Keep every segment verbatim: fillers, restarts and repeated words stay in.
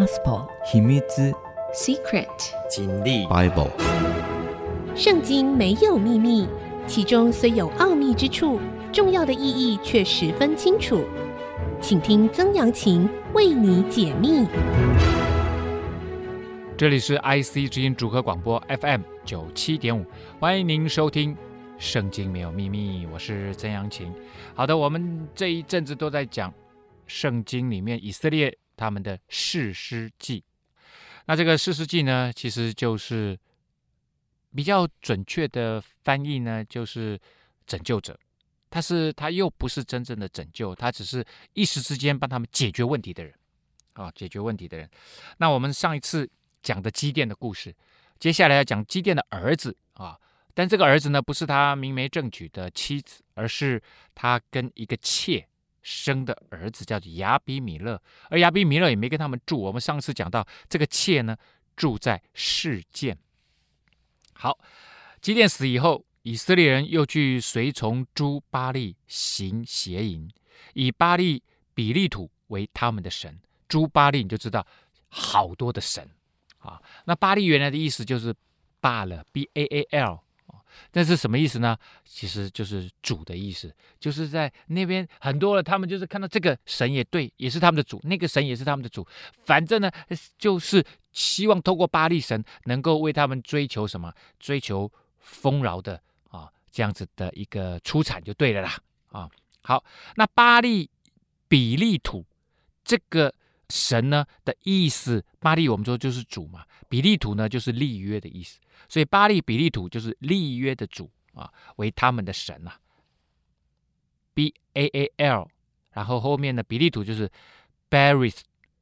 Gospel 秘密 Secret 真理 Bible 圣经没有秘密，其中虽有奥秘之处，重要的意义却十分清楚。请听曾阳晴为你解密。 这里是 I C 之音主客广播 F M 九七点五，欢迎您收听《圣经没有秘密》，我是曾阳晴。好的，我们这一阵子都在讲圣经里面以色列他们的士师记。那这个士师记呢，其实就是比较准确的翻译呢，就是拯救者。他是他又不是真正的拯救，他只是一时之间帮他们解决问题的人啊，解决问题的人。那我们上一次讲的基甸的故事，接下来要讲基甸的儿子啊，但这个儿子呢，不是他明媒正娶的妻子，而是他跟一个妾生的儿子，叫做亚比米勒。而亚比米勒也没跟他们住，我们上次讲到这个妾呢，住在示剑。好，基甸死以后，以色列人又去随从诸巴力行邪淫，以巴力比利土为他们的神。诸巴力你就知道好多的神啊。那巴力原来的意思就是巴了 B A A L， 但是什么意思呢？其实就是主的意思，就是在那边很多人他们就是看到这个神也对，也是他们的主，那个神也是他们的主，反正呢就是希望透过巴力神能够为他们追求什么？追求丰饶的啊，这样子的一个出产就对了啦啊。好，那巴力比利土这个神呢的意思，巴力我们说就是主嘛，比利土呢就是立约的意思，所以巴力比利土就是立约的主啊，为他们的神啊 ，B A A L， 然后后面的比利土就是 Berith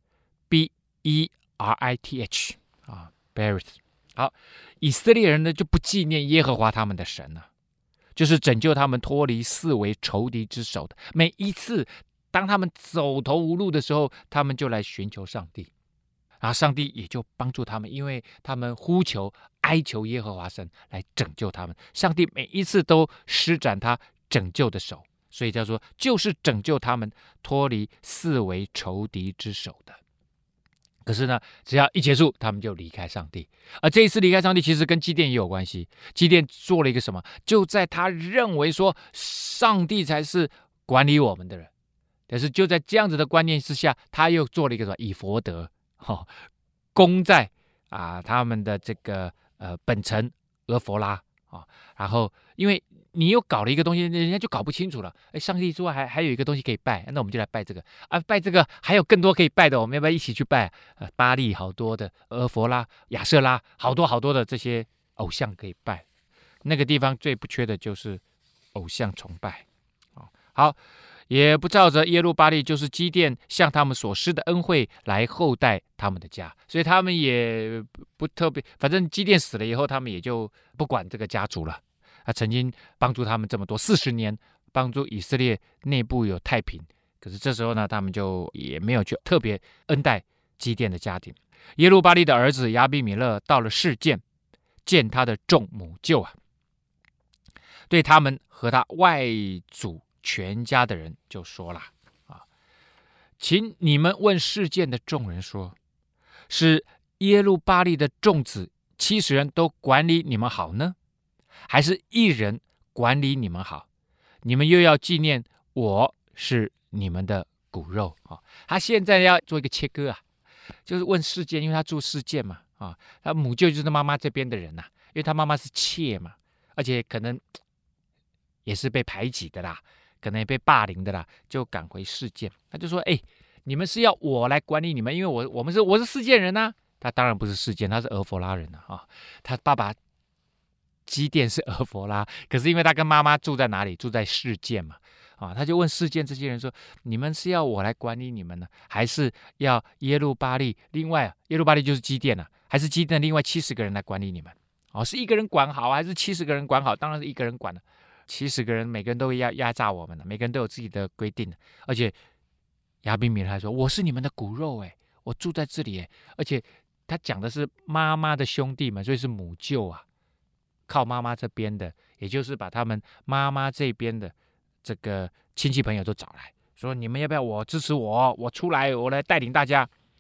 B E R I T H 啊 Berith。好，以色列人呢就不纪念耶和华他们的神啊，就是拯救他们脱离四围仇敌之手的。每一次当他们走投无路的时候，他们就来寻求上帝，然后上帝也就帮助他们，因为他们呼求哀求耶和华神来拯救他们，上帝每一次都施展他拯救的手，所以叫做就是拯救他们脱离四围仇敌之手的。可是呢，只要一结束，他们就离开上帝。而这一次离开上帝，其实跟基甸也有关系。基甸做了一个什么？就在他认为说上帝才是管理我们的人，但是就在这样子的观念之下，他又做了一个什么以弗得，哦，攻在啊他们的这个呃本城俄弗拉啊，哦，然后因为你又搞了一个东西，人家就搞不清楚了。哎，上帝之外还还有一个东西可以拜，那我们就来拜这个啊，拜这个还有更多可以拜的，我们要不要一起去拜？呃，巴力好多的，俄弗拉、亚舍拉，好多好多的这些偶像可以拜。那个地方最不缺的就是偶像崇拜。哦，好，也不照着耶路巴力，就是基甸向他们所施的恩惠来厚待他们的家，所以他们也不特别，反正基甸死了以后，他们也就不管这个家族了。他曾经帮助他们这么多四十年，帮助以色列内部有太平。可是这时候呢，他们就也没有去特别恩待基甸的家庭。耶路巴力的儿子亚比米勒到了示剑，见他的众母舅啊，对他们和他外祖全家的人就说了啊，请你们问示剑的众人说，是耶路巴力的众子七十人都管理你们好呢，还是一人管理你们好？你们又要纪念我是你们的骨肉啊！他现在要做一个切割啊，就是问示剑，因为他住示剑嘛啊，他母舅就是妈妈这边的人呐，啊，因为他妈妈是妾嘛，而且可能也是被排挤的啦，可能也被霸凌的啦，就赶回示剑。他就说：“哎，你们是要我来管理你们，因为我我们是我是示剑人啊。”他当然不是示剑，他是俄弗拉人啊，啊，他爸爸基甸是俄弗拉，可是因为他跟妈妈住在哪里？住在示剑嘛，啊，他就问示剑这些人说：“你们是要我来管理你们呢，还是要耶路巴力？另外，耶路巴力就是基甸啊，还是基甸另外七十个人来管理你们？哦，是一个人管好，还是七十个人管好？当然是一个人管了。七十个人，每个人都压压榨我们了，每个人都有自己的规定，而且亚比米勒还说：我是你们的骨肉，哎，我住在这里，哎，而且他讲的是妈妈的兄弟们，所以是母舅啊。”靠妈妈这边的，也就是把他们妈妈这边的这个亲戚朋友都找来，说你们要不要我支持我，我出来，我来带领大家。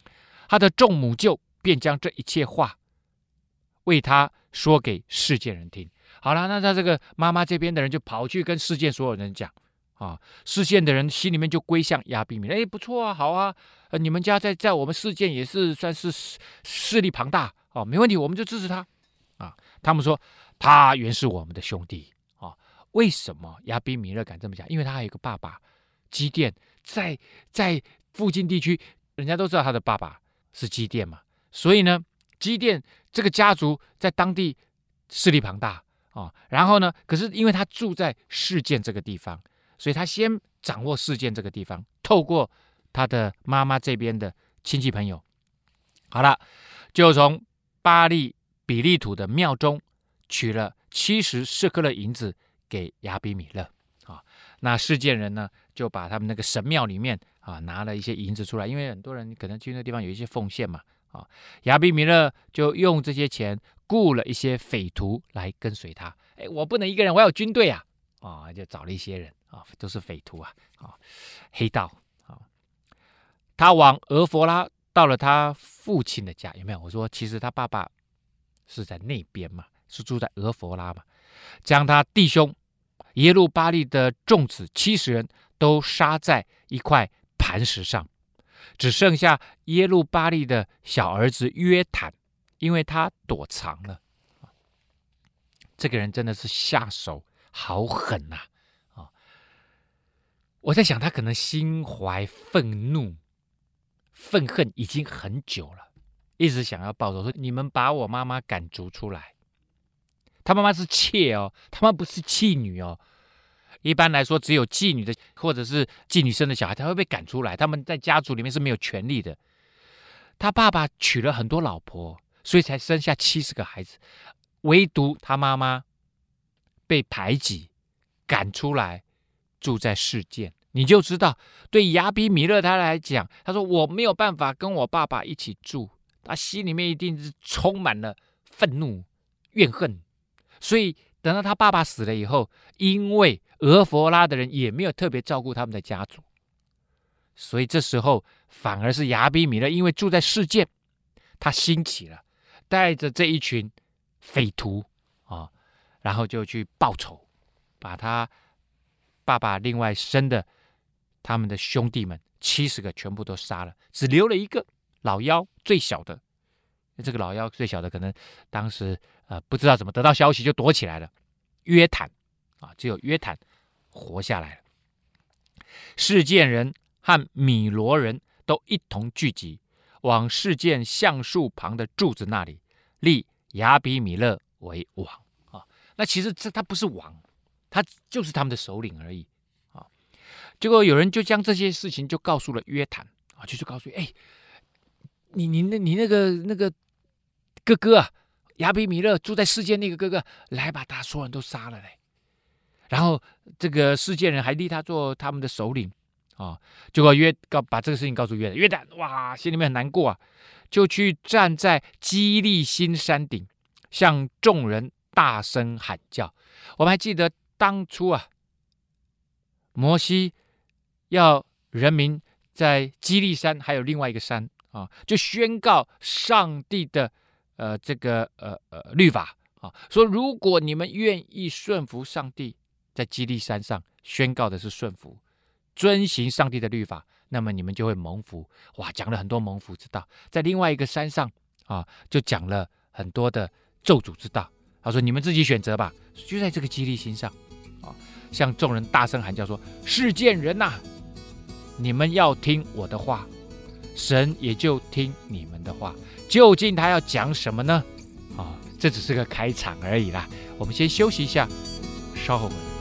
他的众母舅便将这一切话为他说给世件人听。好了，那他这个妈妈这边的人就跑去跟世件所有人讲啊，世件的人心里面就归向亚比米勒，哎，不错啊，好啊，呃、你们家在在我们世件也是算是势力庞大哦，没问题，我们就支持他啊。他们说他原是我们的兄弟啊。为什么亚比米勒敢这么讲？因为他还有一个爸爸基甸，在在附近地区，人家都知道他的爸爸是基甸嘛，所以呢，基甸这个家族在当地势力庞大啊。然后呢，可是因为他住在示剑这个地方，所以他先掌握示剑这个地方，透过他的妈妈这边的亲戚朋友，好了，就从巴利比利土的庙中取了七十舍客勒银子给亚比米勒啊。那示剑人呢，就把他们那个神庙里面啊拿了一些银子出来，因为很多人可能去那个地方有一些奉献嘛啊。亚比米勒就用这些钱雇了一些匪徒来跟随他。哎，我不能一个人，我要有军队啊啊，就找了一些人啊，都是匪徒啊啊，黑道啊。他往俄弗拉到了他父亲的家，有没有？我说其实他爸爸是在那边嘛，是住在俄弗拉嘛，将他弟兄耶路巴利的众子七十人都杀在一块磐石上，只剩下耶路巴利的小儿子约坦，因为他躲藏了。这个人真的是下手好狠呐、啊！我在想，他可能心怀愤怒、愤恨已经很久了，一直想要报仇，说你们把我妈妈赶逐出来。他妈妈是妾哦，他妈不是妓女哦。一般来说，只有妓女的或者是妓女生的小孩才会被赶出来，他们在家族里面是没有权利的。他爸爸娶了很多老婆，所以才生下七十个孩子，唯独他妈妈被排挤赶出来住在示剑。你就知道，对亚比米勒他来讲，他说我没有办法跟我爸爸一起住，他心里面一定是充满了愤怒怨恨。所以等到他爸爸死了以后，因为俄弗拉的人也没有特别照顾他们的家族，所以这时候反而是亚比米勒因为住在示剑，他兴起了，带着这一群匪徒啊，然后就去报仇，把他爸爸另外生的他们的兄弟们七十个全部都杀了，只留了一个老幺最小的。这个老幺最小的可能当时呃不知道怎么得到消息就躲起来了，约坦啊，只有约坦活下来了。示剑人和米罗人都一同聚集，往示剑橡树旁的柱子那里立亚比米勒为王啊。那其实这他不是王，他就是他们的首领而已啊。结果有人就将这些事情就告诉了约坦啊，就是告诉哎，你你那你那个那个哥哥啊，亚比米勒住在示剑那个哥哥，来把他所有人都杀了嘞。然后这个示剑人还立他做他们的首领啊。结果约告把这个事情告诉约坦，约坦哇，心里面很难过啊，就去站在基利心山顶，向众人大声喊叫。我们还记得当初啊，摩西要人民在基利山还有另外一个山啊，就宣告上帝的呃这个呃呃律法啊，说如果你们愿意顺服上帝，在基利山上宣告的是顺服，遵行上帝的律法，那么你们就会蒙福。哇，讲了很多蒙福之道。在另外一个山上啊，就讲了很多的咒诅之道。他说你们自己选择吧。就在这个基利心上啊，向众人大声喊叫说：示剑人呐、啊，你们要听我的话，神也就听你们的话。究竟他要讲什么呢？啊，这只是个开场而已啦。我们先休息一下，稍后回来。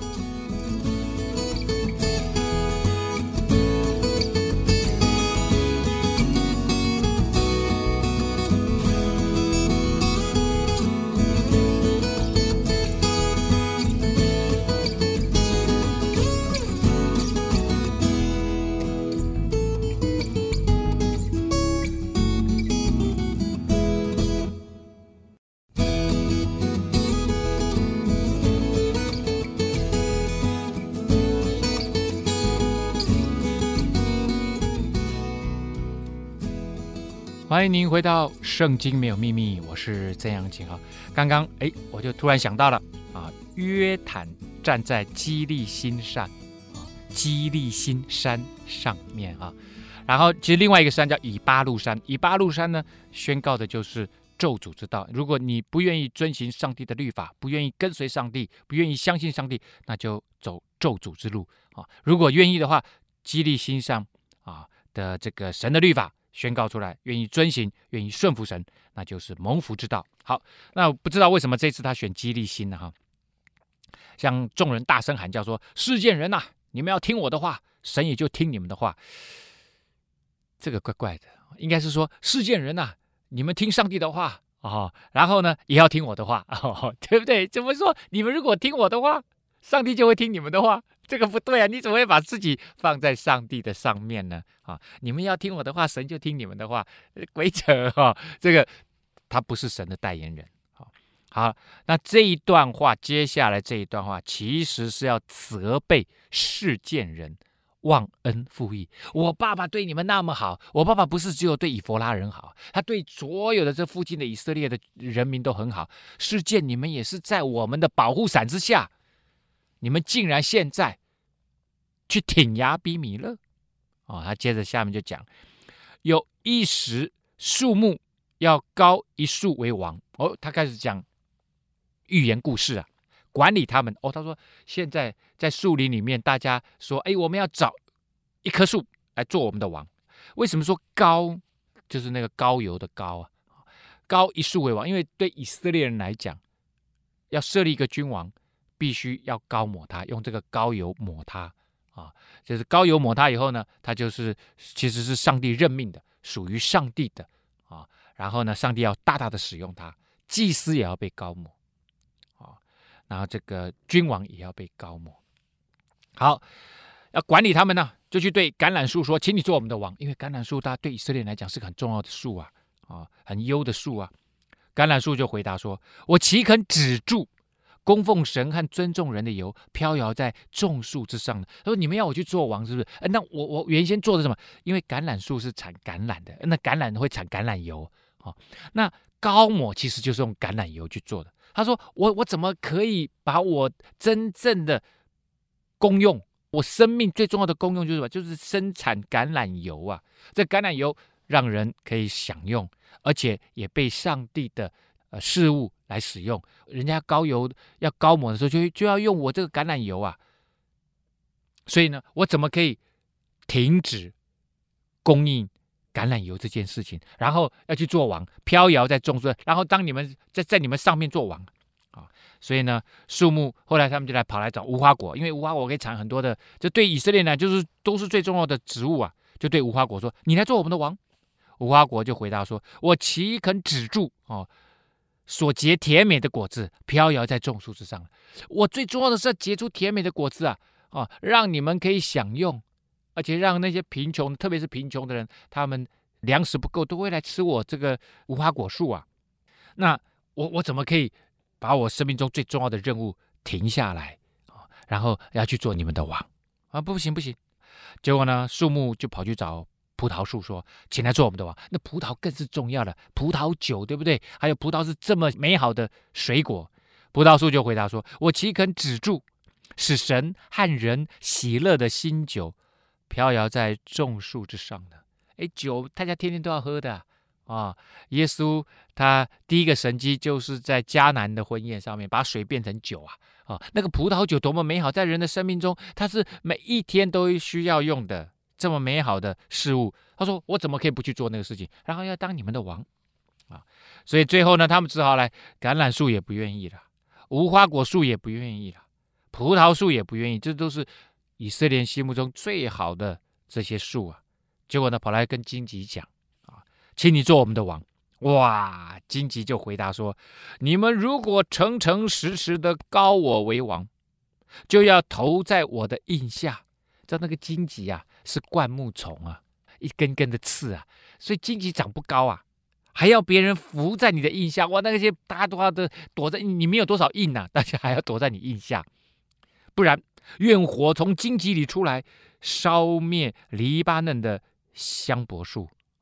欢迎您回到《圣经没有秘密》，我是曾阳晴。刚刚哎，我就突然想到了啊，约坦站在基利心上，啊，基利心山上面啊。然后其实另外一个山叫以巴路山，以巴路山呢，宣告的就是咒诅之道。如果你不愿意遵行上帝的律法，不愿意跟随上帝，不愿意相信上帝，那就走咒诅之路啊。如果愿意的话，基利心上啊的这个神的律法宣告出来，愿意遵行，愿意顺服神，那就是蒙福之道。好，那我不知道为什么这次他选基利心呢？哈，向众人大声喊叫说：“世件人呐、啊，你们要听我的话，神也就听你们的话。”这个怪怪的，应该是说世件人呐、啊，你们听上帝的话哦，然后呢也要听我的话哦，对不对？怎么说？你们如果听我的话，上帝就会听你们的话。这个不对啊！你怎么会把自己放在上帝的上面呢？啊，你们要听我的话，神就听你们的话，鬼扯哈、哦！这个他不是神的代言人。好，好，那这一段话，接下来这一段话，其实是要责备世件人忘恩负义。我爸爸对你们那么好，我爸爸不是只有对以弗拉人好，他对所有的这附近的以色列的人民都很好。世件你们也是在我们的保护伞之下。你们竟然现在去挺亚比米勒哦，他接着下面就讲，有一时树木要高一树为王哦，他开始讲寓言故事啊，管理他们哦。他说现在在树林里面，大家说，哎，我们要找一棵树来做我们的王。为什么说高？就是那个膏油的膏啊，高一树为王，因为对以色列人来讲，要设立一个君王。必须要膏抹他，用这个膏油抹他啊，就是膏油抹他以后呢，他就是其实是上帝任命的，属于上帝的啊。然后呢，上帝要大大的使用他，祭司也要被膏抹啊，然后这个君王也要被膏抹。好，要管理他们呢，就去对橄榄树说：“请你做我们的王。”因为橄榄树它对以色列人来讲是个很重要的树啊，啊，很优的树啊。橄榄树就回答说：“我岂肯止住供奉神和尊重人的油飘摇在众树之上呢？”他说：“你们要我去做王，是不是？呃、那我我原先做的什么？因为橄榄树是产橄榄的，那橄榄会产橄榄油、哦、那膏抹其实就是用橄榄油去做的。他说：我我怎么可以把我真正的功用，我生命最重要的功用就是什么？就是生产橄榄油啊！这橄榄油让人可以享用，而且也被上帝的呃事物来使用。人家膏油要膏抹的时候就，就就要用我这个橄榄油啊。所以呢，我怎么可以停止供应橄榄油这件事情？然后要去做王，飘摇在众树，然后当你们在在你们上面做王啊。所以呢，树木后来他们就来跑来找无花果，因为无花果可以产很多的，这对以色列呢就是都是最重要的植物啊。就对无花果说：“你来做我们的王。”无花果就回答说：“我岂肯止住哦？所结甜美的果子飘摇在众树之上。我最重要的是要结出甜美的果子啊，哦，让你们可以享用，而且让那些贫穷，特别是贫穷的人，他们粮食不够，都会来吃我这个无花果树啊。那我我怎么可以把我生命中最重要的任务停下来，哦，然后要去做你们的王啊？不行不行！结果呢，树木就跑去找葡萄树说：“请来做我们的王。”那葡萄更是重要的，葡萄酒对不对？还有葡萄是这么美好的水果。葡萄树就回答说：“我岂肯止住使神和人喜乐的新酒飘摇在众树之上呢？”哎，酒大家天天都要喝的啊！哦，耶稣他第一个神迹就是在迦南的婚宴上面把水变成酒啊！哦，那个葡萄酒多么美好，在人的生命中，它是每一天都需要用的。这么美好的事物，他说我怎么可以不去做那个事情，然后要当你们的王啊？所以最后呢，他们只好来，橄榄树也不愿意了，无花果树也不愿意了，葡萄树也不愿意，这都是以色列人心目中最好的这些树啊。结果呢，跑来跟荆棘讲啊，请你做我们的王。哇，荆棘就回答说：你们如果诚诚实实的膏我为王，就要投在我的印下。知道那个荆棘啊，是灌木丛啊，一根根的刺啊，所以荆棘长不高啊，还要别人伏在你的印下。哇，那些大家都要的躲在你，没有多少印啊，大家还要躲在你印下，不然愿火从荆棘里出来，烧灭黎巴嫩的香柏树。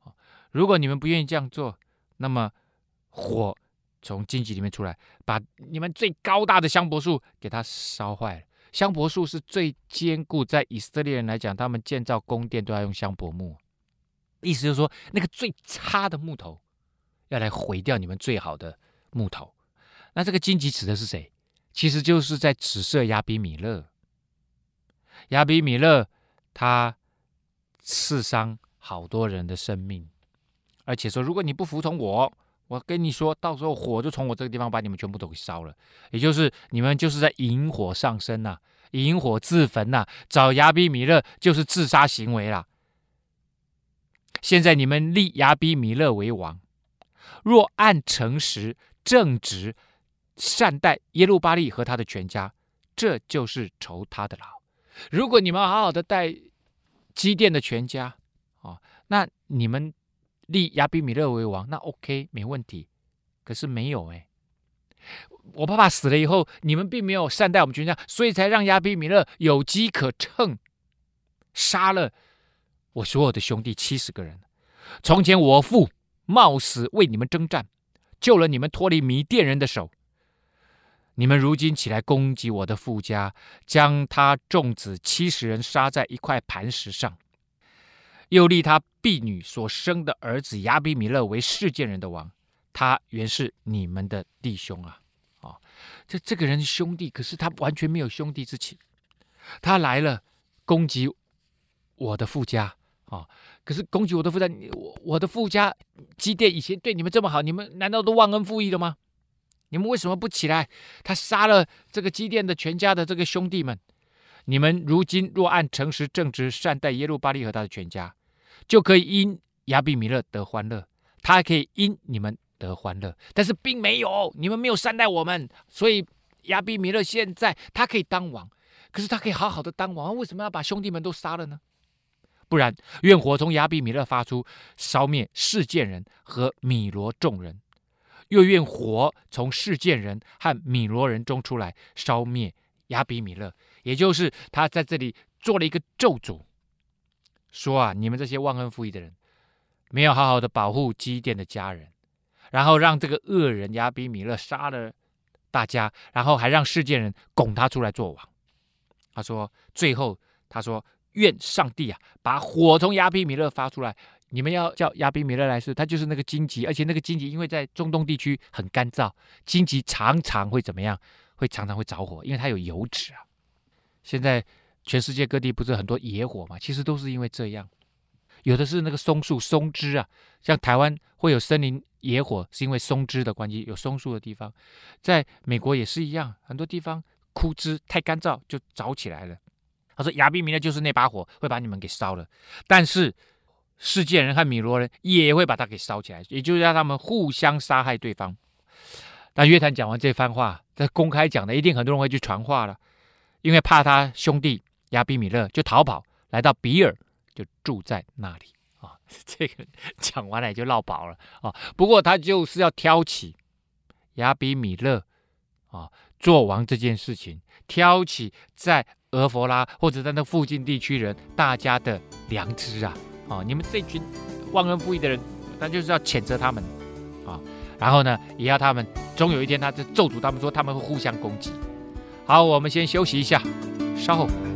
如果你们不愿意这样做，那么火从荆棘里面出来，把你们最高大的香柏树给它烧坏了。香柏树是最坚固，在以色列人来讲，他们建造宫殿都要用香柏木，意思就是说，那个最差的木头要来毁掉你们最好的木头。那这个荆棘指的是谁？其实就是在指涉亚比米勒。亚比米勒他刺伤好多人的生命，而且说，如果你不服从我，我跟你说，到时候火就从我这个地方把你们全部都给烧了。也就是你们就是在引火上身呐、啊，引火自焚呐、啊，找亚比米勒就是自杀行为啦。现在你们立亚比米勒为王，若按诚实正直善待耶路巴力和他的全家，这就是酬他的劳。如果你们好好的待基甸的全家、哦、那你们立亚比米勒为王，那 OK 没问题。可是没有哎，我爸爸死了以后，你们并没有善待我们全家，所以才让亚比米勒有机可乘，杀了我所有的兄弟七十个人。从前我父冒死为你们征战，救了你们脱离米甸人的手。你们如今起来攻击我的父家，将他众子七十人杀在一块磐石上，又立他婢女所生的儿子亚比米勒为示剑人的王，他原是你们的弟兄啊！哦、这这个人兄弟，可是他完全没有兄弟之情。他来了攻击我的父家、哦、可是攻击我的父家，我我的父家基甸以前对你们这么好，你们难道都忘恩负义了吗？你们为什么不起来？他杀了这个基甸的全家的这个兄弟们。你们如今若按诚实正直善待耶路巴力和他的全家，就可以因亚比米勒得欢乐，他还可以因你们得欢乐。但是并没有，你们没有善待我们，所以亚比米勒现在他可以当王，可是他可以好好的当王，为什么要把兄弟们都杀了呢？不然，愿火从亚比米勒发出，烧灭示剑人和米罗众人。又愿火从示剑人和米罗人中出来，烧灭亚比米勒。也就是他在这里做了一个咒诅，说啊，你们这些忘恩负义的人，没有好好的保护基甸的家人，然后让这个恶人亚比米勒杀了大家，然后还让示剑人拱他出来做王。他说，最后他说，愿上帝啊，把火从亚比米勒发出来。你们要叫亚比米勒来是，他就是那个荆棘，而且那个荆棘因为在中东地区很干燥，荆棘常常会怎么样？会常常会着火，因为它有油脂啊。现在全世界各地不是很多野火嘛，其实都是因为这样。有的是那个松树松枝啊，像台湾会有森林野火，是因为松枝的关系，有松树的地方。在美国也是一样，很多地方枯枝太干燥就着起来了。他说亚比米勒就是那把火会把你们给烧了，但是示剑人和米罗人也会把它给烧起来，也就是让他们互相杀害对方。那约坦讲完这番话，他公开讲的，一定很多人会去传话了，因为怕他兄弟亚比米勒就逃跑，来到比尔就住在那里啊。这个讲完了也就落跑了啊。不过他就是要挑起亚比米勒啊做王这件事情，挑起在俄弗拉或者在那附近地区人大家的良知啊。哦、你们这群忘恩负义的人，那就是要谴责他们、哦、然后呢也要他们终有一天他就咒诅他们，说他们会互相攻击。好，我们先休息一下，稍后回来。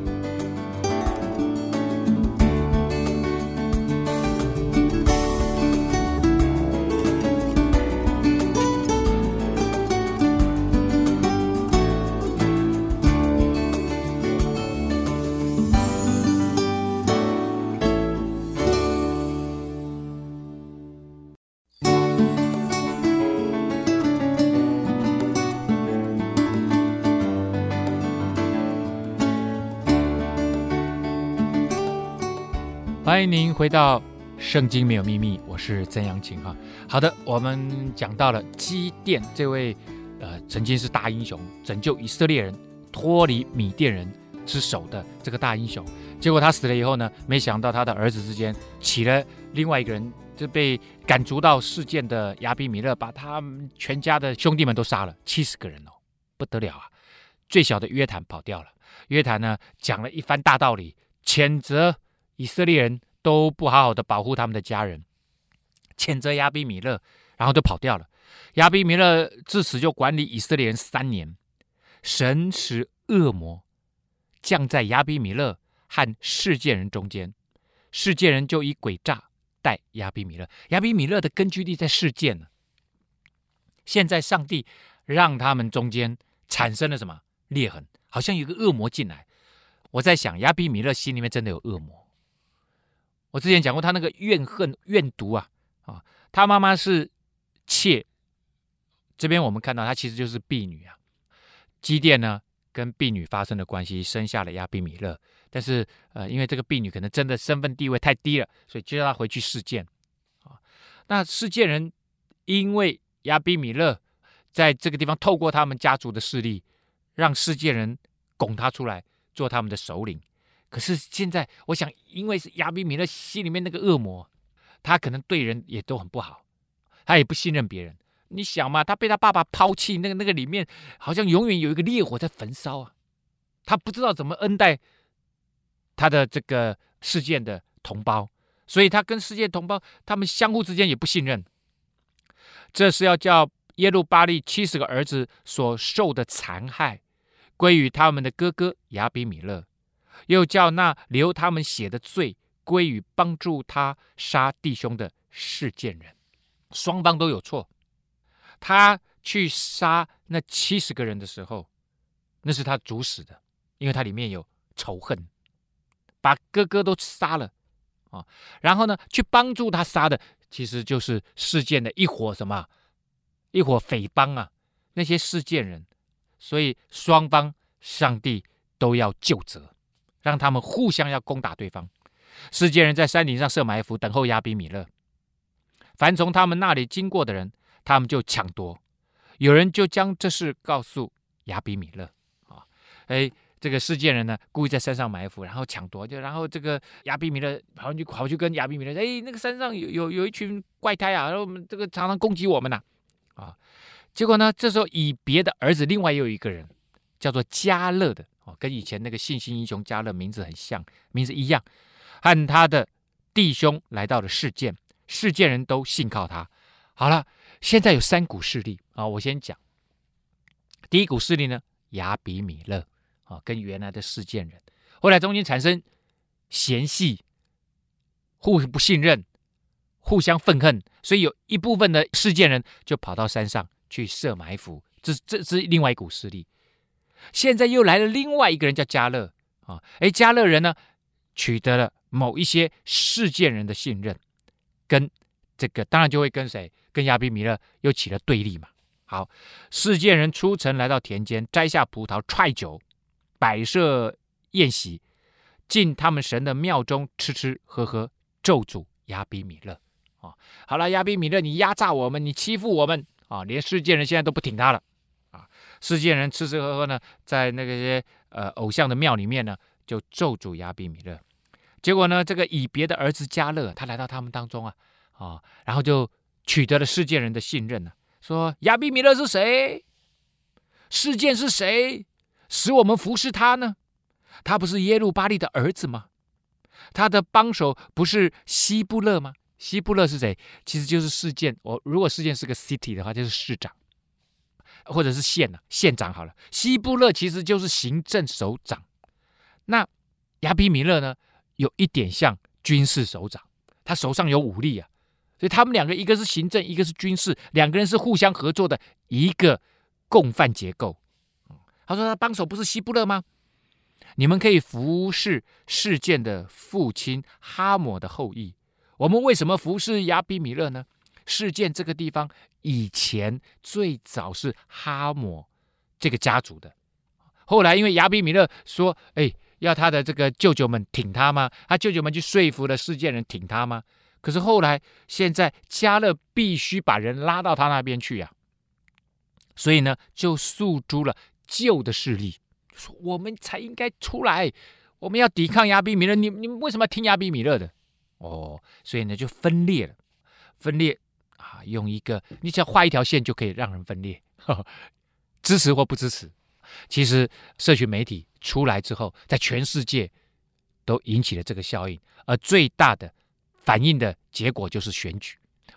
欢迎您回到圣经没有秘密，我是曾阳晴哈。好的，我们讲到了基甸这位呃曾经是大英雄，拯救以色列人脱离米甸人之手的这个大英雄。结果他死了以后呢，没想到他的儿子之间起了另外一个人，就被赶逐到示剑的亚比米勒，把他们全家的兄弟们都杀了，七十个人哦，不得了啊！最小的约坦跑掉了，约坦呢讲了一番大道理，谴责以色列人都不好好的保护他们的家人， 谴责亚比米勒，然后就跑掉了。亚比米勒自此就管理以色列人三年。神使恶魔降在亚比米勒和示剑人中间，示剑人就以诡诈待亚比米勒。亚比米勒的根据地在示剑呢。现在上帝让他们中间产生了什么裂痕，好像有个恶魔进来。我在想，亚比米勒心里面真的有恶魔。我之前讲过，他那个怨恨怨毒啊，啊，他妈妈是妾，这边我们看到他其实就是婢女啊。基甸呢跟婢女发生了关系，生下了亚比米勒。但是呃，因为这个婢女可能真的身份地位太低了，所以就让他回去示剑啊。那示剑人因为亚比米勒在这个地方透过他们家族的势力，让示剑人拱他出来做他们的首领。可是现在我想，因为是亚比米勒心里面那个恶魔，他可能对人也都很不好，他也不信任别人。你想嘛，他被他爸爸抛弃，那个那个里面好像永远有一个烈火在焚烧啊。他不知道怎么恩待他的这个示剑的同胞，所以他跟示剑同胞他们相互之间也不信任。这是要叫耶路巴力七十个儿子所受的残害归于他们的哥哥亚比米勒，又叫那流他们血的罪归于帮助他杀弟兄的示剑人。双方都有错。他去杀那七十个人的时候，那是他主使的，因为他里面有仇恨，把哥哥都杀了啊。然后呢，去帮助他杀的，其实就是示剑的一伙什么，一伙匪帮啊，那些示剑人。所以双方上帝都要究责，让他们互相要攻打对方。示剑人在山顶上设埋伏，等候亚比米勒。凡从他们那里经过的人，他们就抢夺。有人就将这事告诉亚比米勒啊，哎，这个示剑人呢，故意在山上埋伏，然后抢夺，就然后这个亚比米勒跑去跑去跟亚比米勒，哎，那个山上有有有一群怪胎啊，然后我们这个常常攻击我们呐、啊，啊，结果呢，这时候以别的儿子，另外又有一个人叫做迦勒的，哦，跟以前那个信心英雄迦勒名字很像，名字一样，和他的弟兄来到了示剑，示剑人都信靠他。好了，现在有三股势力啊，我先讲第一股势力呢，亚比米勒啊，跟原来的示剑人，后来中间产生嫌隙，互不信任，互相愤恨，所以有一部分的示剑人就跑到山上去设埋伏，这这是另外一股势力。现在又来了另外一个人叫迦勒啊，哎，迦勒人呢取得了某一些示剑人的信任，跟这个当然就会跟谁？跟亚比米勒又起了对立嘛。好，示剑人出城来到田间，摘下葡萄，踹酒，摆设宴席，进他们神的庙中吃吃喝喝，咒诅亚比米勒啊。好了，亚比米勒，你压榨我们，你欺负我们啊，连示剑人现在都不挺他了啊。示剑人吃吃喝喝呢，在那些呃偶像的庙里面呢，就咒诅亚比米勒。结果呢，这个以别的儿子迦勒，他来到他们当中啊。啊，然后就取得了示剑人的信任了，说亚比米勒是谁？示剑是谁？使我们服侍他呢？他不是耶路巴力的儿子吗？他的帮手不是希布勒吗？希布勒是谁？其实就是示剑。我如果示剑是个 city 的话，就是市长，或者是县啊，县长好了。希布勒其实就是行政首长。那亚比米勒呢，有一点像军事首长，他手上有武力啊。所以他们两个，一个是行政，一个是军事，两个人是互相合作的一个共犯结构。他说他帮手不是希布勒吗？你们可以服侍示剑的父亲哈抹的后裔。我们为什么服侍亚比米勒呢？示剑这个地方以前最早是哈抹这个家族的，后来因为亚比米勒说，哎，要他的这个舅舅们挺他吗？他舅舅们去说服了示剑人挺他吗？可是后来，现在迦勒必须把人拉到他那边去呀、啊，所以呢，就诉诸了旧的势力，说我们才应该出来，我们要抵抗亚比米勒，你你们为什么要听亚比米勒的？哦，所以呢就分裂了，分裂啊，用一个你只要画一条线就可以让人分裂，呵呵，支持或不支持。其实社群媒体出来之后，在全世界都引起了这个效应，而最大的反映的结果就是选举，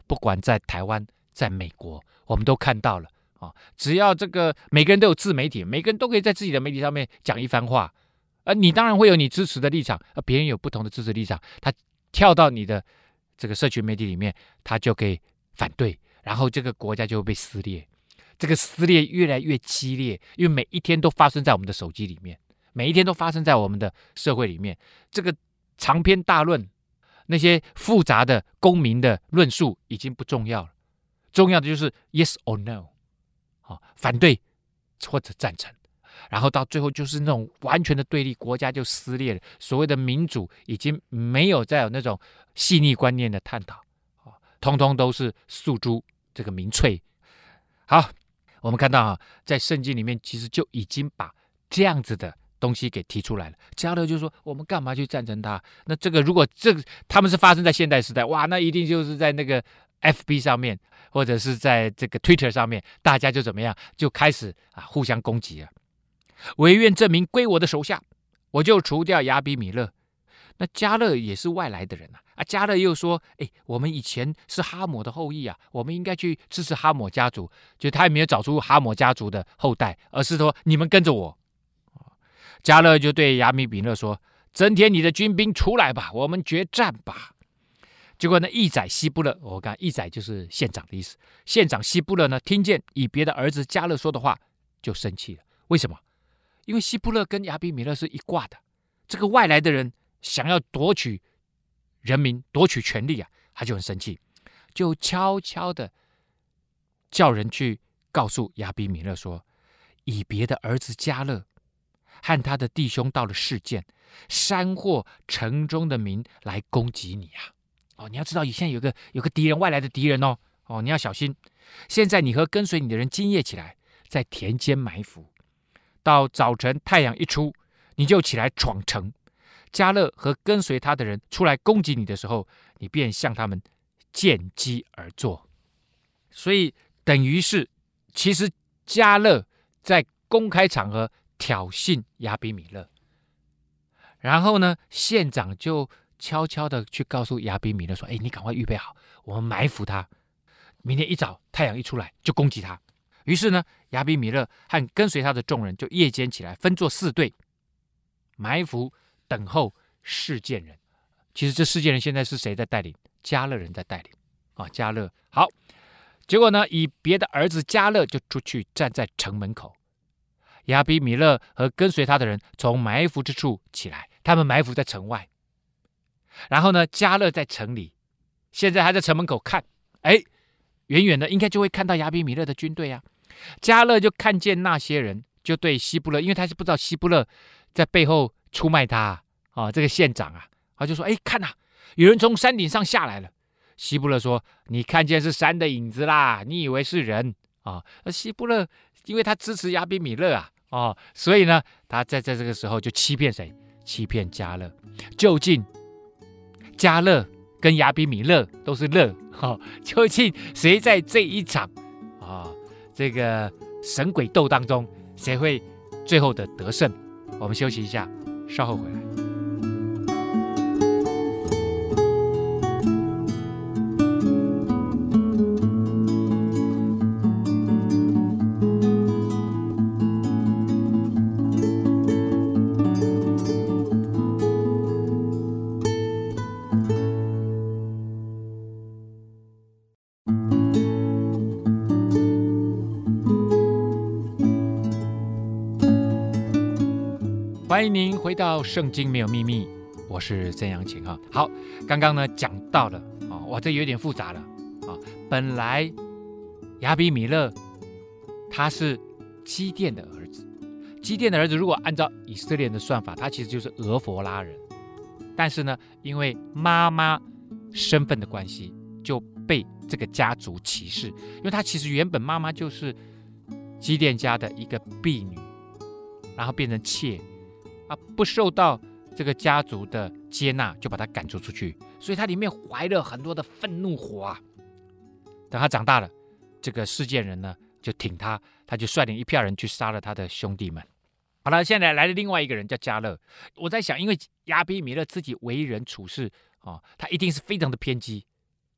不管在台湾、在美国，我们都看到了啊。只要这个每个人都有自媒体，每个人都可以在自己的媒体上面讲一番话，而你当然会有你支持的立场，而别人有不同的支持立场，他跳到你的这个社群媒体里面，他就可以反对，然后这个国家就会被撕裂。这个撕裂越来越激烈，因为每一天都发生在我们的手机里面，每一天都发生在我们的社会里面。这个长篇大论，那些复杂的公民的论述已经不重要了，重要的就是 yes or no， 反对或者赞成，然后到最后就是那种完全的对立，国家就撕裂了。所谓的民主已经没有再有那种细腻观念的探讨，通通都是诉诸这个民粹。好，我们看到啊，在圣经里面其实就已经把这样子的东西给提出来了。加勒就说：“我们干嘛去赞成他？那这个如果这个他们是发生在现代时代，哇，那一定就是在那个 F B 上面，或者是在这个 Twitter 上面，大家就怎么样，就开始啊互相攻击了。唯愿这名归我的手下，我就除掉亚比米勒。那加勒也是外来的人啊，啊，加勒又说，哎，我们以前是哈姆的后裔啊，我们应该去支持哈姆家族。就他也没有找出哈姆家族的后代，而是说你们跟着我。加勒就对亚比米勒说：增添你的军兵出来吧，我们决战吧。结果呢，义宰西布勒，我看义宰就是县长的意思。县长西布勒呢，听见以别的儿子加勒说的话，就生气了。为什么？因为西布勒跟亚比米勒是一挂的，这个外来的人想要夺取人民、夺取权力啊，他就很生气，就悄悄的叫人去告诉亚比米勒说：以别的儿子加勒和他的弟兄到了事件，煽惑城中的民来攻击你啊！哦，你要知道，现在有个有个敌人，外来的敌人哦，哦，你要小心。现在你和跟随你的人今夜起来，在田间埋伏，到早晨太阳一出，你就起来闯城。加勒和跟随他的人出来攻击你的时候，你便向他们见机而作。所以等于是，其实加勒在公开场合挑衅亚比米勒，然后呢，县长就悄悄的去告诉亚比米勒说：哎，你赶快预备好，我们埋伏他，明天一早太阳一出来就攻击他。于是呢，亚比米勒和跟随他的众人就夜间起来，分作四队，埋伏等候示剑人。其实这示剑人现在是谁在带领？加勒人在带领啊，加勒。好，结果呢，以别的儿子加勒就出去站在城门口。亚比米勒和跟随他的人从埋伏之处起来，他们埋伏在城外。然后呢，加勒在城里，现在还在城门口看，哎，远远的应该就会看到亚比米勒的军队啊。加勒就看见那些人，就对西布勒，因为他是不知道西布勒在背后出卖他啊，哦、这个县长啊，他就说：哎，看啊，有人从山顶上下来了。西布勒说：你看见是山的影子啦，你以为是人啊？而西布勒因为他支持亚比米勒啊，哦，所以呢，他在在这个时候就欺骗谁？欺骗加勒。究竟加勒跟亚比米勒都是勒，哦，究竟谁在这一场啊、哦、这个神鬼斗当中，谁会最后的得胜？我们休息一下，稍后回来。欢迎您回到圣经没有秘密，我是曾阳晴哈。好，刚刚呢讲到了啊，哇，这有点复杂了啊。本来亚比米勒他是基甸的儿子，基甸的儿子如果按照以色列人的算法，他其实就是俄弗拉人，但是呢，因为妈妈身份的关系，就被这个家族歧视，因为他其实原本妈妈就是基甸家的一个婢女，然后变成妾。啊，不受到这个家族的接纳，就把他赶逐出去，所以他里面怀了很多的愤怒火啊。等他长大了，这个示剑人呢就挺他，他就率领一票人去杀了他的兄弟们。好了，现在来了另外一个人叫加勒。我在想，因为亚比米勒自己为人处事啊、哦，他一定是非常的偏激，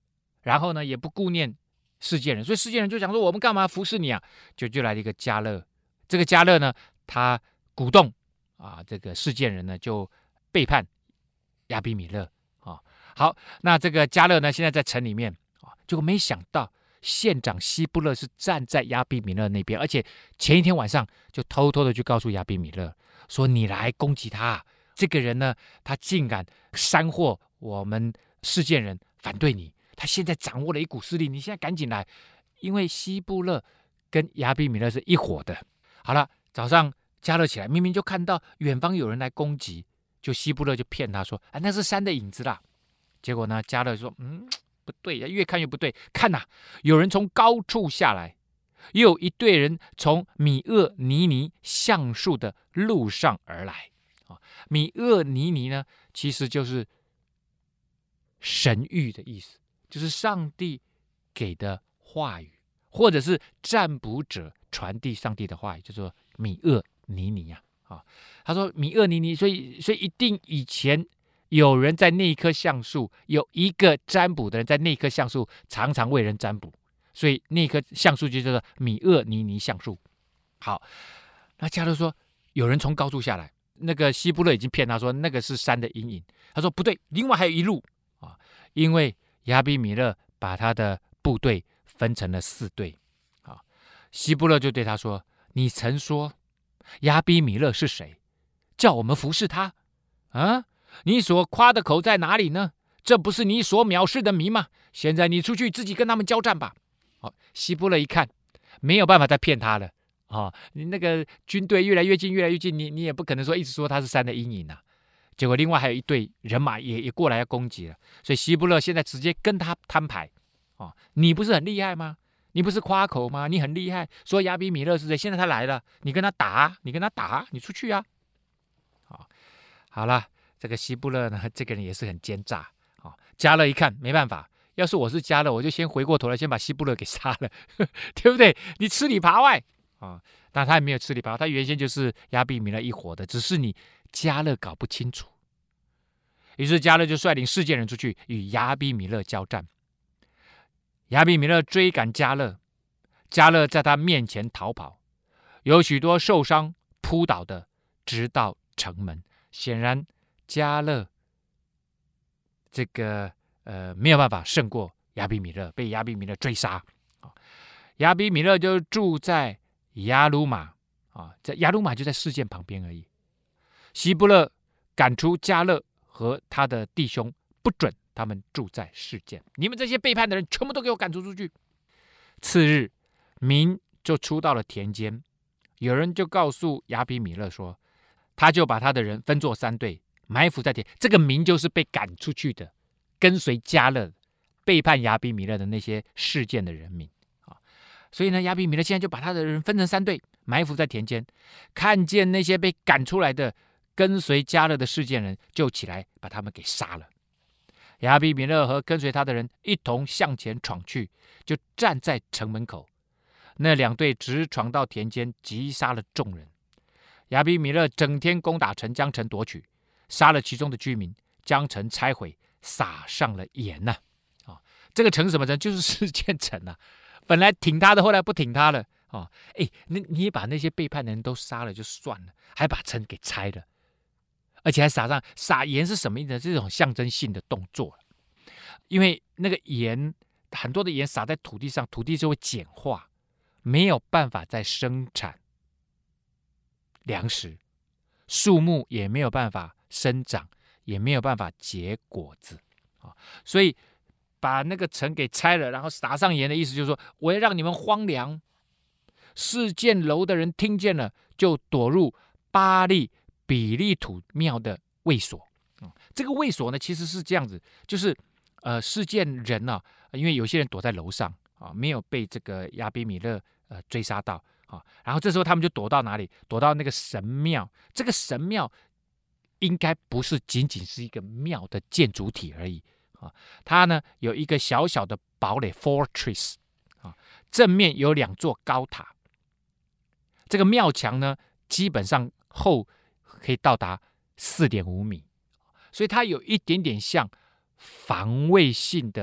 然后呢也不顾念世界人，所以世界人就想说我们干嘛服侍你啊？就就来了一个迦勒，这个迦勒呢，他鼓动啊这个世界人呢就背叛亚比米勒啊。好，那这个迦勒呢现在在城里面啊，结果没想到县长希布勒是站在亚比米勒那边，而且前一天晚上就偷偷的去告诉亚比米勒说你来攻击他，这个人呢他竟敢煽惑我们世界人反对你，他现在掌握了一股势力，你现在赶紧来，因为希布勒跟亚比米勒是一伙的。好了，早上迦勒起来，明明就看到远方有人来攻击，就希布勒就骗他说啊那是山的影子啦。结果呢迦勒说嗯不对，越看越不对，看呐、啊，有人从高处下来，又有一队人从米厄尼尼橡树的路上而来。米厄尼尼呢其实就是神谕的意思，就是上帝给的话语，或者是占卜者传递上帝的话语，叫做米厄尼尼啊。啊，他说米厄尼尼，所以所以一定以前有人在那一棵橡树，有一个占卜的人在那棵橡树常常为人占卜，所以那棵橡树就叫做米厄尼尼橡树。好，那迦勒说有人从高处下来，那个希布勒已经骗他说那个是山的阴影，他说不对，另外还有一路啊，因为亚比米勒把他的部队分成了四队啊。希布勒就对他说：“你曾说亚比米勒是谁？叫我们服侍他啊？你所夸的口在哪里呢？这不是你所藐视的民吗？现在你出去自己跟他们交战吧。”好，希布勒一看没有办法再骗他了。哦，你那个军队越来越近，越来越近，你你也不可能说一直说他是山的阴影啊。结果另外还有一队人马也也过来要攻击了，所以希布勒现在直接跟他摊牌。哦，你不是很厉害吗？你不是夸口吗？你很厉害，说亚比米勒是谁？现在他来了，你跟他打，你跟他打，你出去啊！哦，好了，这个希布勒呢，这个人也是很奸诈。哦，迦勒一看没办法，要是我是迦勒，我就先回过头来，先把希布勒给杀了，对不对？你吃里扒外。啊，但他也没有吃里扒外，他原先就是亚比米勒一伙的，只是你迦勒搞不清楚。于是迦勒就率领世界人出去与亚比米勒交战。亚比米勒追赶迦勒，迦勒在他面前逃跑，有许多受伤扑倒的，直到城门。显然迦勒这个呃没有办法胜过亚比米勒，被亚比米勒追杀。亚比米勒就住在亚鲁玛啊，在亚鲁玛就在事件旁边而已。希布勒赶出迦勒和他的弟兄，不准他们住在事件。你们这些背叛的人，全部都给我赶出出去。次日，民就出到了田间，有人就告诉亚比米勒说，他就把他的人分作三队，埋伏在田。这个民就是被赶出去的，跟随迦勒、背叛亚比米勒的那些事件的人民。所以呢，亚比米勒现在就把他的人分成三队，埋伏在田间，看见那些被赶出来的跟随迦勒的事件人，就起来把他们给杀了。亚比米勒和跟随他的人一同向前闯去，就站在城门口。那两队直闯到田间，击杀了众人。亚比米勒整天攻打城，将城夺取，杀了其中的居民，将城拆毁，撒上了盐呐、啊哦。这个城是什么城？就是事件城啊。本来挺他的，后来不挺他了。哦，哎，你你把那些背叛的人都杀了就算了，还把城给拆了，而且还撒上撒盐是什么意思？这种象征性的动作，因为那个盐很多的盐撒在土地上，土地就会碱化，没有办法再生产粮食，树木也没有办法生长，也没有办法结果子。哦，所以把那个城给拆了，然后撒上盐的意思就是说，我要让你们荒凉。事件楼的人听见了，就躲入巴利比利土庙的卫所。嗯、这个卫所呢，其实是这样子，就是呃，事件人啊，因为有些人躲在楼上啊，没有被这个亚比米勒呃追杀到啊，然后这时候他们就躲到哪里？躲到那个神庙。这个神庙应该不是仅仅是一个庙的建筑体而已。啊，它呢有一个小小的堡垒 fortress 啊，正面有两座高塔。这个庙墙呢，基本上厚可以到达 四点五米，所以它有一点点像防卫性的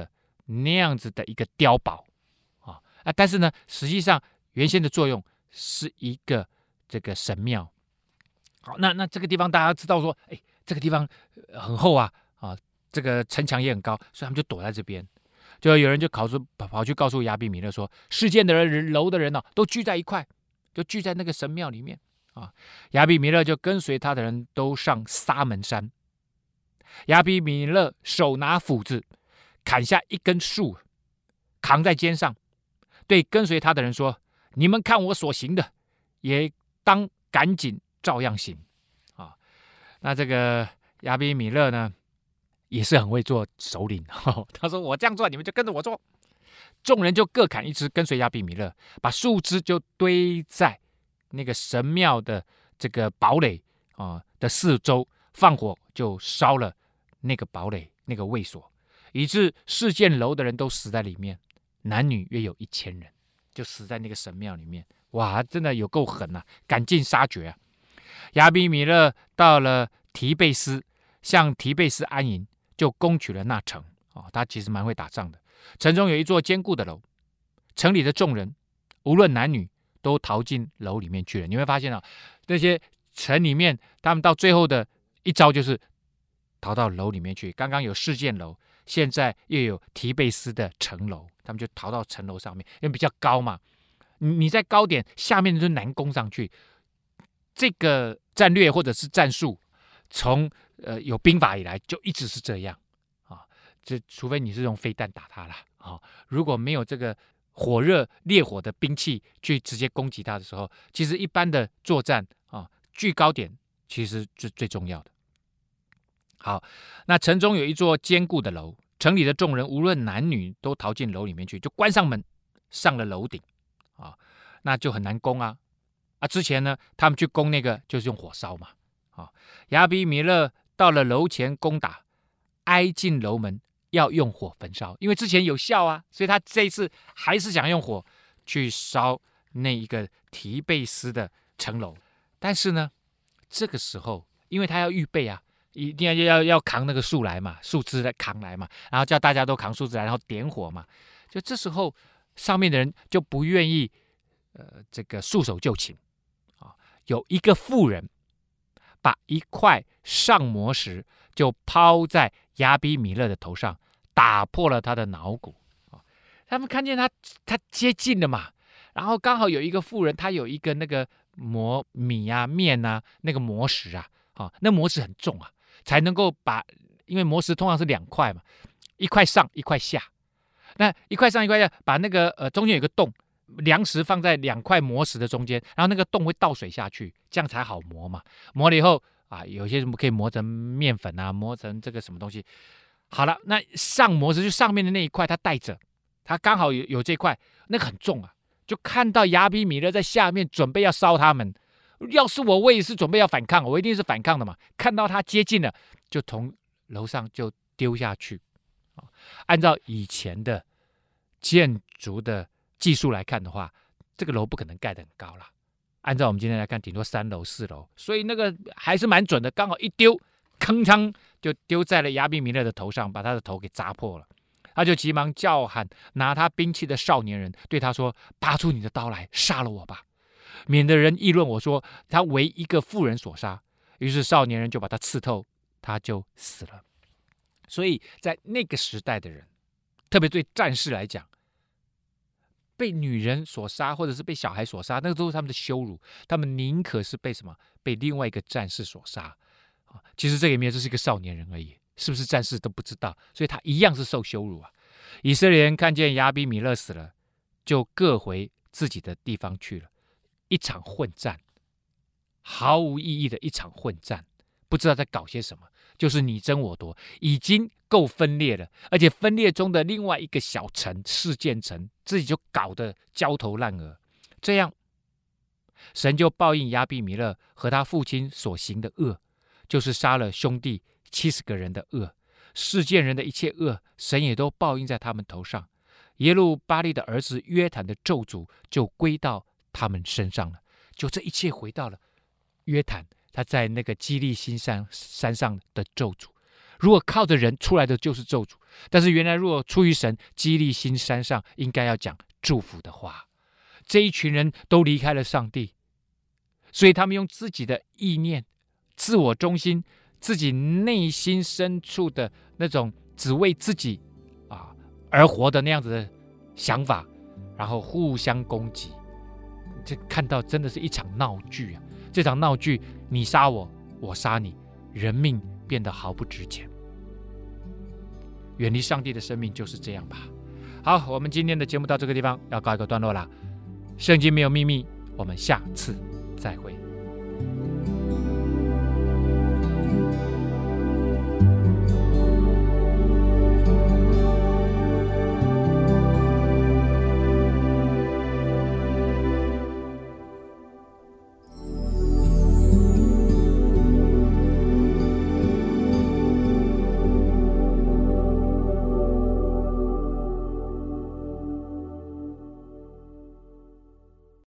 那样子的一个碉堡啊啊！但是呢，实际上原先的作用是一个这个神庙。好，那那这个地方大家知道说，哎，这个地方很厚啊啊，这个城墙也很高，所以他们就躲在这边。就有人就跑出跑跑去告诉亚比米勒说，事件的人楼的人呢、啊，都聚在一块，就聚在那个神庙里面啊。亚比米勒就跟随他的人都上撒门山。亚比米勒手拿斧子，砍下一根树，扛在肩上，对跟随他的人说：“你们看我所行的，也当赶紧照样行。”啊，那这个亚比米勒呢？也是很会做首领、哦、他说我这样做你们就跟着我做。众人就各砍一枝跟随亚比米勒，把树枝就堆在那个神庙的这个堡垒、呃、的四周，放火就烧了那个堡垒那个卫所，以致事件楼的人都死在里面，男女约有一千人就死在那个神庙里面。哇，真的有够狠啊，赶尽杀绝啊。亚比米勒到了提贝斯，向提贝斯安营，就攻取了那城、哦、他其实蛮会打仗的。城中有一座坚固的楼，城里的众人无论男女都逃进楼里面去了。你会发现啊，那些城里面他们到最后的一招就是逃到楼里面去。刚刚有事件楼，现在又有提贝斯的城楼，他们就逃到城楼上面，因为比较高嘛，你在高点下面就难攻上去。这个战略或者是战术从呃，有兵法以来就一直是这样啊，这除非你是用飞弹打他啦啊，如果没有这个火热烈火的兵器去直接攻击他的时候，其实一般的作战啊，据高点其实是最重要的。好，那城中有一座坚固的楼，城里的众人无论男女都逃进楼里面去，就关上门，上了楼顶啊，那就很难攻啊啊！之前呢，他们去攻那个就是用火烧嘛啊，亚比米勒到了楼前攻打，挨进楼门，要用火焚烧，因为之前有效啊，所以他这一次还是想用火去烧那一个提贝斯的城楼。但是呢，这个时候因为他要预备啊，一定要要要扛那个树来嘛，树枝来扛来嘛，然后叫大家都扛树枝来，然后点火嘛。就这时候上面的人就不愿意呃这个束手就擒啊，有一个妇人把一块上磨石就抛在亚比米勒的头上，打破了他的脑骨。他们看见他，他接近了嘛，然后刚好有一个妇人，他有一个那个磨米啊、面啊，那个磨石啊，啊，那磨石很重啊，才能够把，因为磨石通常是两块嘛，一块上一块下，那一块上一块下，把那个呃中间有个洞，梁石放在两块磨石的中间，然后那个洞会倒水下去，这样才好磨嘛。磨了以后啊，有些什么可以磨成面粉啊，磨成这个什么东西。好了，那上磨石就上面的那一块，他带着，他刚好有有这块，那个很重啊，就看到亚比米勒在下面准备要烧他们。要是我，我也是准备要反抗，我一定是反抗的嘛。看到他接近了，就从楼上就丢下去。按照以前的建筑的技术来看的话，这个楼不可能盖得很高啦。按照我们今天来看，顶多三楼四楼，所以那个还是蛮准的，刚好一丢，铿锵就丢在了亚比米勒的头上，把他的头给砸破了。他就急忙叫喊拿他兵器的少年人，对他说：“拔出你的刀来，杀了我吧，免得人议论我说他为一个妇人所杀。”于是少年人就把他刺透，他就死了。所以在那个时代的人，特别对战士来讲，被女人所杀或者是被小孩所杀，那个都是他们的羞辱，他们宁可是被什么？被另外一个战士所杀。其实这里面就是一个少年人而已，是不是战士都不知道，所以他一样是受羞辱啊。以色列人看见亚比米勒死了，就各回自己的地方去了。一场混战，毫无意义的一场混战，不知道在搞些什么，就是你争我夺，已经够分裂了，而且分裂中的另外一个小城事件城自己就搞得焦头烂额。这样神就报应亚比米勒和他父亲所行的恶，就是杀了兄弟七十个人的恶，世间人的一切恶，神也都报应在他们头上。耶路巴力的儿子约坦的咒诅就归到他们身上了，就这一切回到了约坦他在那个基利心山山上的咒诅。 如果靠着人出来的就是咒诅，但是原来如果出于神，基利心山上应该要讲祝福的话。这一群人都离开了上帝，所以他们用自己的意念、自我中心、自己内心深处的那种只为自己啊而活的那样子的想法，然后互相攻击。这看到真的是一场闹剧啊！这场闹剧，你杀我，我杀你，人命变得毫不值钱。远离上帝的生命就是这样吧。好，我们今天的节目到这个地方要告一个段落啦。圣经没有秘密，我们下次再会。